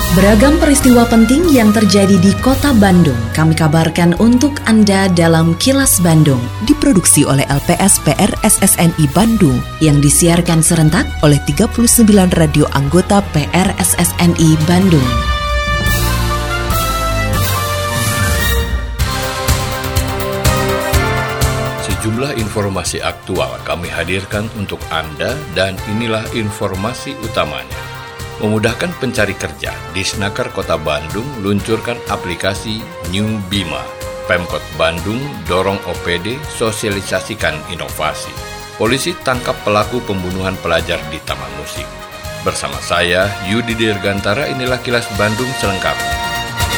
Beragam peristiwa penting yang terjadi di Kota Bandung kami kabarkan untuk Anda dalam Kilas Bandung. Diproduksi oleh LPSPR SSNI Bandung yang disiarkan serentak oleh 39 radio anggota PRSSNI Bandung. Sejumlah informasi aktual kami hadirkan untuk Anda dan inilah informasi utamanya. Memudahkan pencari kerja, Disnaker Kota Bandung luncurkan aplikasi New Bima. Pemkot Bandung dorong OPD sosialisasikan inovasi. Polisi tangkap pelaku pembunuhan pelajar di Taman Musik. Bersama saya, Yudi Dirgantara, inilah Kilas Bandung selengkapnya.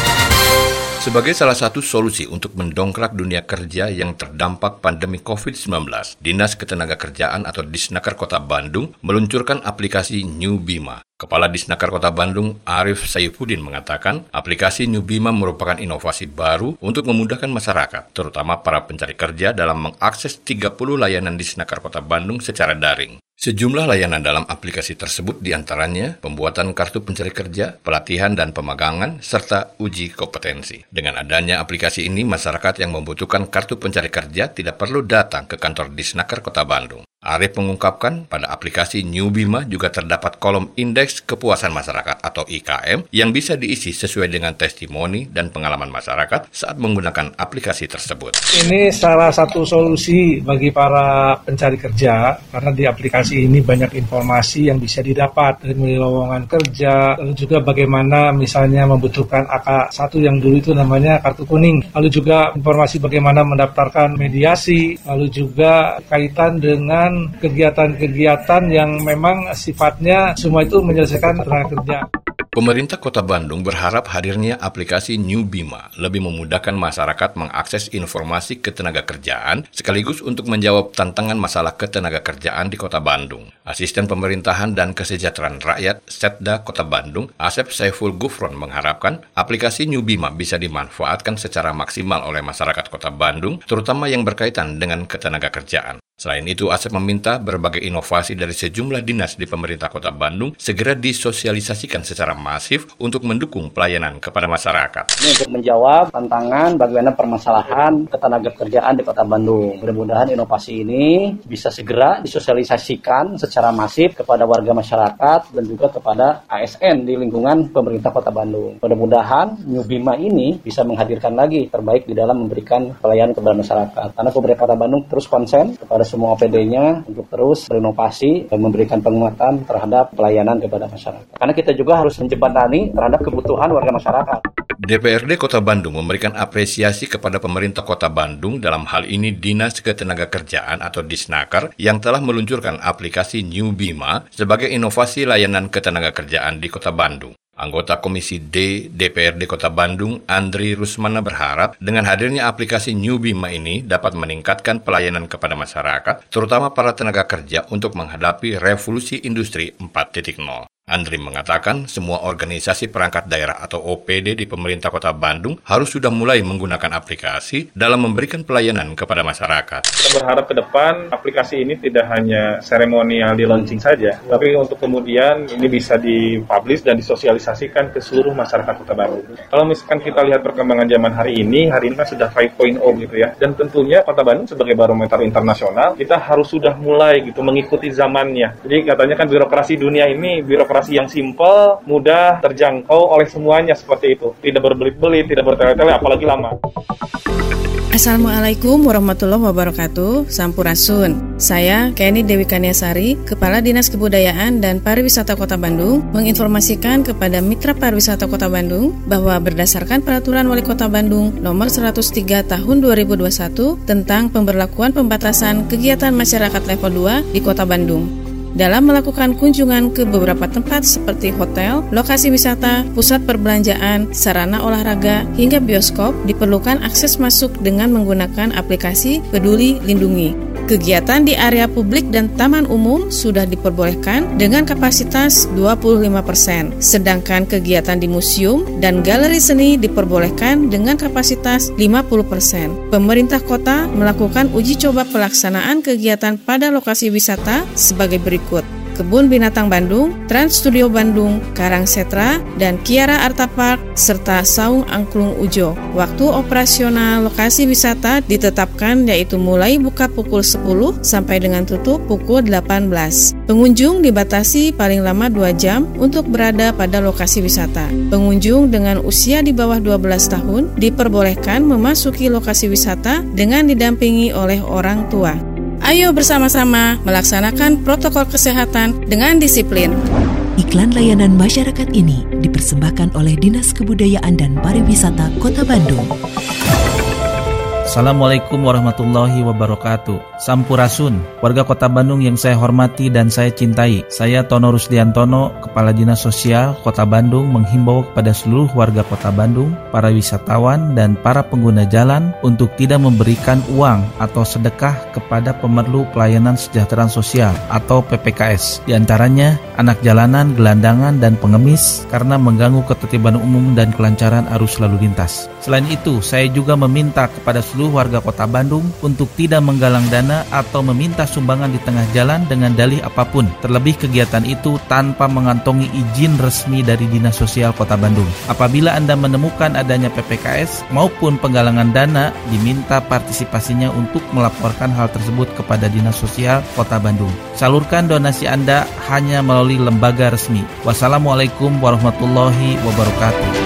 Sebagai salah satu solusi untuk mendongkrak dunia kerja yang terdampak pandemi COVID-19, Dinas Ketenagakerjaan atau Disnaker Kota Bandung meluncurkan aplikasi New Bima. Kepala Disnaker Kota Bandung, Arif Saifuddin, mengatakan aplikasi New Bima merupakan inovasi baru untuk memudahkan masyarakat, terutama para pencari kerja dalam mengakses 30 layanan Disnaker Kota Bandung secara daring. Sejumlah layanan dalam aplikasi tersebut diantaranya pembuatan kartu pencari kerja, pelatihan dan pemagangan, serta uji kompetensi. Dengan adanya aplikasi ini, masyarakat yang membutuhkan kartu pencari kerja tidak perlu datang ke kantor Disnaker Kota Bandung. Arif mengungkapkan pada aplikasi New Bima juga terdapat kolom indeks kepuasan masyarakat atau IKM yang bisa diisi sesuai dengan testimoni dan pengalaman masyarakat saat menggunakan aplikasi tersebut. Ini salah satu solusi bagi para pencari kerja karena di aplikasi ini banyak informasi yang bisa didapat dari mulai lowongan kerja, lalu juga bagaimana misalnya membutuhkan AK1 yang dulu itu namanya kartu kuning, lalu juga informasi bagaimana mendaftarkan mediasi, lalu juga kaitan dengan kegiatan-kegiatan yang memang sifatnya semua itu menyelesaikan tenaga kerja. Pemerintah Kota Bandung berharap hadirnya aplikasi New Bima lebih memudahkan masyarakat mengakses informasi ketenagakerjaan sekaligus untuk menjawab tantangan masalah ketenagakerjaan di Kota Bandung. Asisten Pemerintahan dan Kesejahteraan Rakyat Setda Kota Bandung, Asep Saiful Gufron, mengharapkan aplikasi New Bima bisa dimanfaatkan secara maksimal oleh masyarakat Kota Bandung, terutama yang berkaitan dengan ketenagakerjaan. Selain itu, Asep meminta berbagai inovasi dari sejumlah dinas di pemerintah Kota Bandung segera disosialisasikan secara masif untuk mendukung pelayanan kepada masyarakat. Ini untuk menjawab tantangan bagaimana permasalahan ketenagakerjaan di Kota Bandung. Mudah-mudahan inovasi ini bisa segera disosialisasikan secara masif kepada warga masyarakat dan juga kepada ASN di lingkungan pemerintah Kota Bandung. Mudah-mudahan New Bima ini bisa menghadirkan lagi terbaik di dalam memberikan pelayanan kepada masyarakat. Karena pemerintah Kota Bandung terus konsen kepada semua OPD-nya untuk terus berinovasi dan memberikan penguatan terhadap pelayanan kepada masyarakat. Karena kita juga harus menjembatani terhadap kebutuhan warga masyarakat. DPRD Kota Bandung memberikan apresiasi kepada pemerintah Kota Bandung, dalam hal ini Dinas Ketenagakerjaan atau Disnaker, yang telah meluncurkan aplikasi New Bima sebagai inovasi layanan ketenagakerjaan di Kota Bandung. Anggota Komisi D DPRD Kota Bandung, Andri Rusmana, berharap dengan hadirnya aplikasi New Bima ini dapat meningkatkan pelayanan kepada masyarakat, terutama para tenaga kerja untuk menghadapi revolusi industri 4.0. Andri mengatakan semua organisasi perangkat daerah atau OPD di pemerintah Kota Bandung harus sudah mulai menggunakan aplikasi dalam memberikan pelayanan kepada masyarakat. Kita berharap ke depan aplikasi ini tidak hanya seremonial di launching saja, tapi untuk kemudian ini bisa dipublish dan disosialisasikan ke seluruh masyarakat Kota Bandung. Kalau misalkan kita lihat perkembangan zaman hari ini kan sudah 5.0 gitu ya, dan tentunya Kota Bandung sebagai barometer internasional, kita harus sudah mulai gitu mengikuti zamannya. Jadi katanya kan birokrasi dunia ini birokrasi yang simpel, mudah, terjangkau oleh semuanya seperti itu. Tidak berbelit-belit, tidak bertele-tele, apalagi lama. Assalamualaikum warahmatullahi wabarakatuh. Sampurasun. Saya Kenny Dewi Kaniasari, Kepala Dinas Kebudayaan dan Pariwisata Kota Bandung, menginformasikan kepada Mitra Pariwisata Kota Bandung bahwa berdasarkan Peraturan Wali Kota Bandung Nomor 103 Tahun 2021 tentang pemberlakuan pembatasan kegiatan masyarakat level 2 di Kota Bandung. Dalam melakukan kunjungan ke beberapa tempat seperti hotel, lokasi wisata, pusat perbelanjaan, sarana olahraga, hingga bioskop, diperlukan akses masuk dengan menggunakan aplikasi Peduli Lindungi. Kegiatan di area publik dan taman umum sudah diperbolehkan dengan kapasitas 25%, sedangkan kegiatan di museum dan galeri seni diperbolehkan dengan kapasitas 50%. Pemerintah kota melakukan uji coba pelaksanaan kegiatan pada lokasi wisata sebagai berikut. Kebun Binatang Bandung, Trans Studio Bandung, Karang Setra, dan Kiara Arta Park, serta Saung Angklung Ujo. Waktu operasional lokasi wisata ditetapkan yaitu mulai buka pukul 10 sampai dengan tutup pukul 18. Pengunjung dibatasi paling lama 2 jam untuk berada pada lokasi wisata. Pengunjung dengan usia di bawah 12 tahun diperbolehkan memasuki lokasi wisata dengan didampingi oleh orang tua. Ayo bersama-sama melaksanakan protokol kesehatan dengan disiplin. Iklan layanan masyarakat ini dipersembahkan oleh Dinas Kebudayaan dan Pariwisata Kota Bandung. Assalamualaikum warahmatullahi wabarakatuh. Sampurasun, warga Kota Bandung yang saya hormati dan saya cintai. Saya Tono Rusdiantono, Kepala Dinas Sosial Kota Bandung, menghimbau kepada seluruh warga Kota Bandung, para wisatawan dan para pengguna jalan untuk tidak memberikan uang atau sedekah kepada pemerlu pelayanan kesejahteraan sosial atau PPKS. Di antaranya anak jalanan, gelandangan, dan pengemis karena mengganggu ketertiban umum dan kelancaran arus lalu lintas. Selain itu, saya juga meminta kepada seluruh warga Kota Bandung untuk tidak menggalang dana atau meminta sumbangan di tengah jalan dengan dalih apapun, terlebih kegiatan itu tanpa mengantongi izin resmi dari Dinas Sosial Kota Bandung. Apabila Anda menemukan adanya PPKS maupun penggalangan dana, diminta partisipasinya untuk melaporkan hal tersebut kepada Dinas Sosial Kota Bandung. Salurkan donasi Anda hanya melalui lembaga resmi. Wassalamualaikum warahmatullahi wabarakatuh.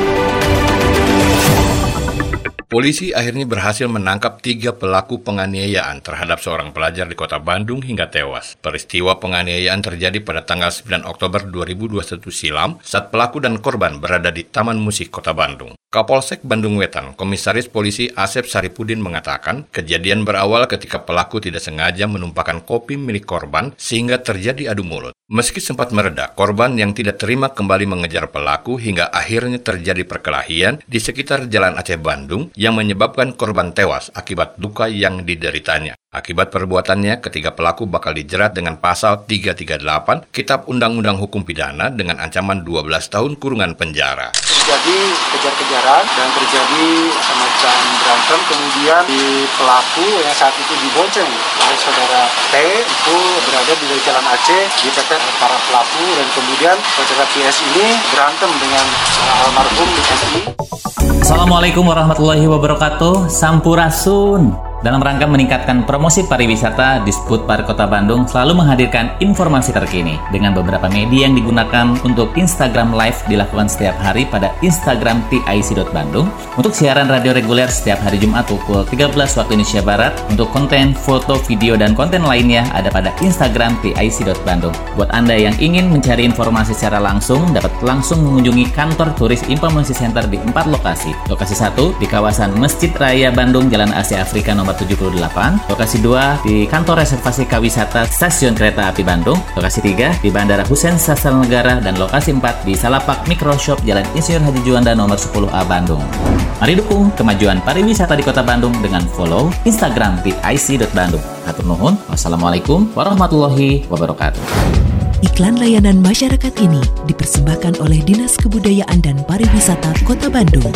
Polisi akhirnya berhasil menangkap 3 pelaku penganiayaan terhadap seorang pelajar di Kota Bandung hingga tewas. Peristiwa penganiayaan terjadi pada tanggal 9 Oktober 2021 silam saat pelaku dan korban berada di Taman Musik Kota Bandung. Kapolsek Bandung Wetan, Komisaris Polisi Asep Saripudin mengatakan kejadian berawal ketika pelaku tidak sengaja menumpahkan kopi milik korban sehingga terjadi adu mulut. Meski sempat mereda, korban yang tidak terima kembali mengejar pelaku hingga akhirnya terjadi perkelahian di sekitar Jalan Aceh Bandung yang menyebabkan korban tewas akibat luka yang dideritanya. Akibat perbuatannya, ketiga pelaku bakal dijerat dengan pasal 338 Kitab Undang-Undang Hukum Pidana dengan ancaman 12 tahun kurungan penjara. Terjadi kejar-kejaran dan terjadi semacam berantem, kemudian di pelaku yang saat itu dibonceng oleh saudara T itu berada di Jalan Aceh, dipepet para pelaku dan kemudian saudara PS ini berantem dengan almarhum SI. Assalamualaikum warahmatullahi wabarakatuh. Sampurasun. Dalam rangka meningkatkan promosi pariwisata, Disputpar Kota Bandung selalu menghadirkan informasi terkini dengan beberapa media yang digunakan untuk Instagram Live dilakukan setiap hari pada Instagram TIC.Bandung, untuk siaran radio reguler setiap hari Jumat pukul 13 waktu Indonesia Barat, untuk konten, foto, video, dan konten lainnya ada pada Instagram TIC.Bandung. Buat Anda yang ingin mencari informasi secara langsung, dapat langsung mengunjungi kantor turis Informasi Center di 4 lokasi. Lokasi 1 di kawasan Masjid Raya Bandung, Jalan Asia Afrika nomor 78, lokasi 2 di kantor reservasi kawisata Stasiun Kereta Api Bandung, lokasi 3 di Bandara Hussein Sastra Negara, dan lokasi 4 di Salapak Microshop Jalan Insinyur Haji Juanda nomor 10A Bandung. Mari dukung kemajuan pariwisata di Kota Bandung dengan follow Instagram TIC.Bandung. Hatur nuhun. Wassalamualaikum warahmatullahi wabarakatuh. Iklan layanan masyarakat ini dipersembahkan oleh Dinas Kebudayaan dan Pariwisata Kota Bandung.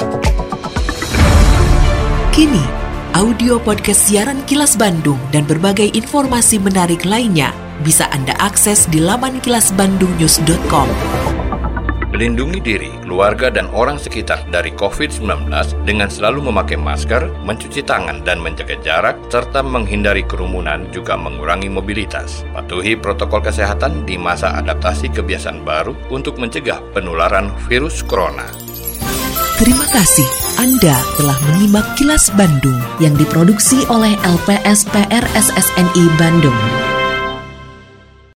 Kini audio podcast siaran Kilas Bandung dan berbagai informasi menarik lainnya bisa Anda akses di laman kilasbandungnews.com. Lindungi diri, keluarga, dan orang sekitar dari COVID-19 dengan selalu memakai masker, mencuci tangan, dan menjaga jarak, serta menghindari kerumunan juga mengurangi mobilitas. Patuhi protokol kesehatan di masa adaptasi kebiasaan baru untuk mencegah penularan virus corona. Terima kasih Anda telah menyimak Kilas Bandung yang diproduksi oleh LPSPR SSNI Bandung.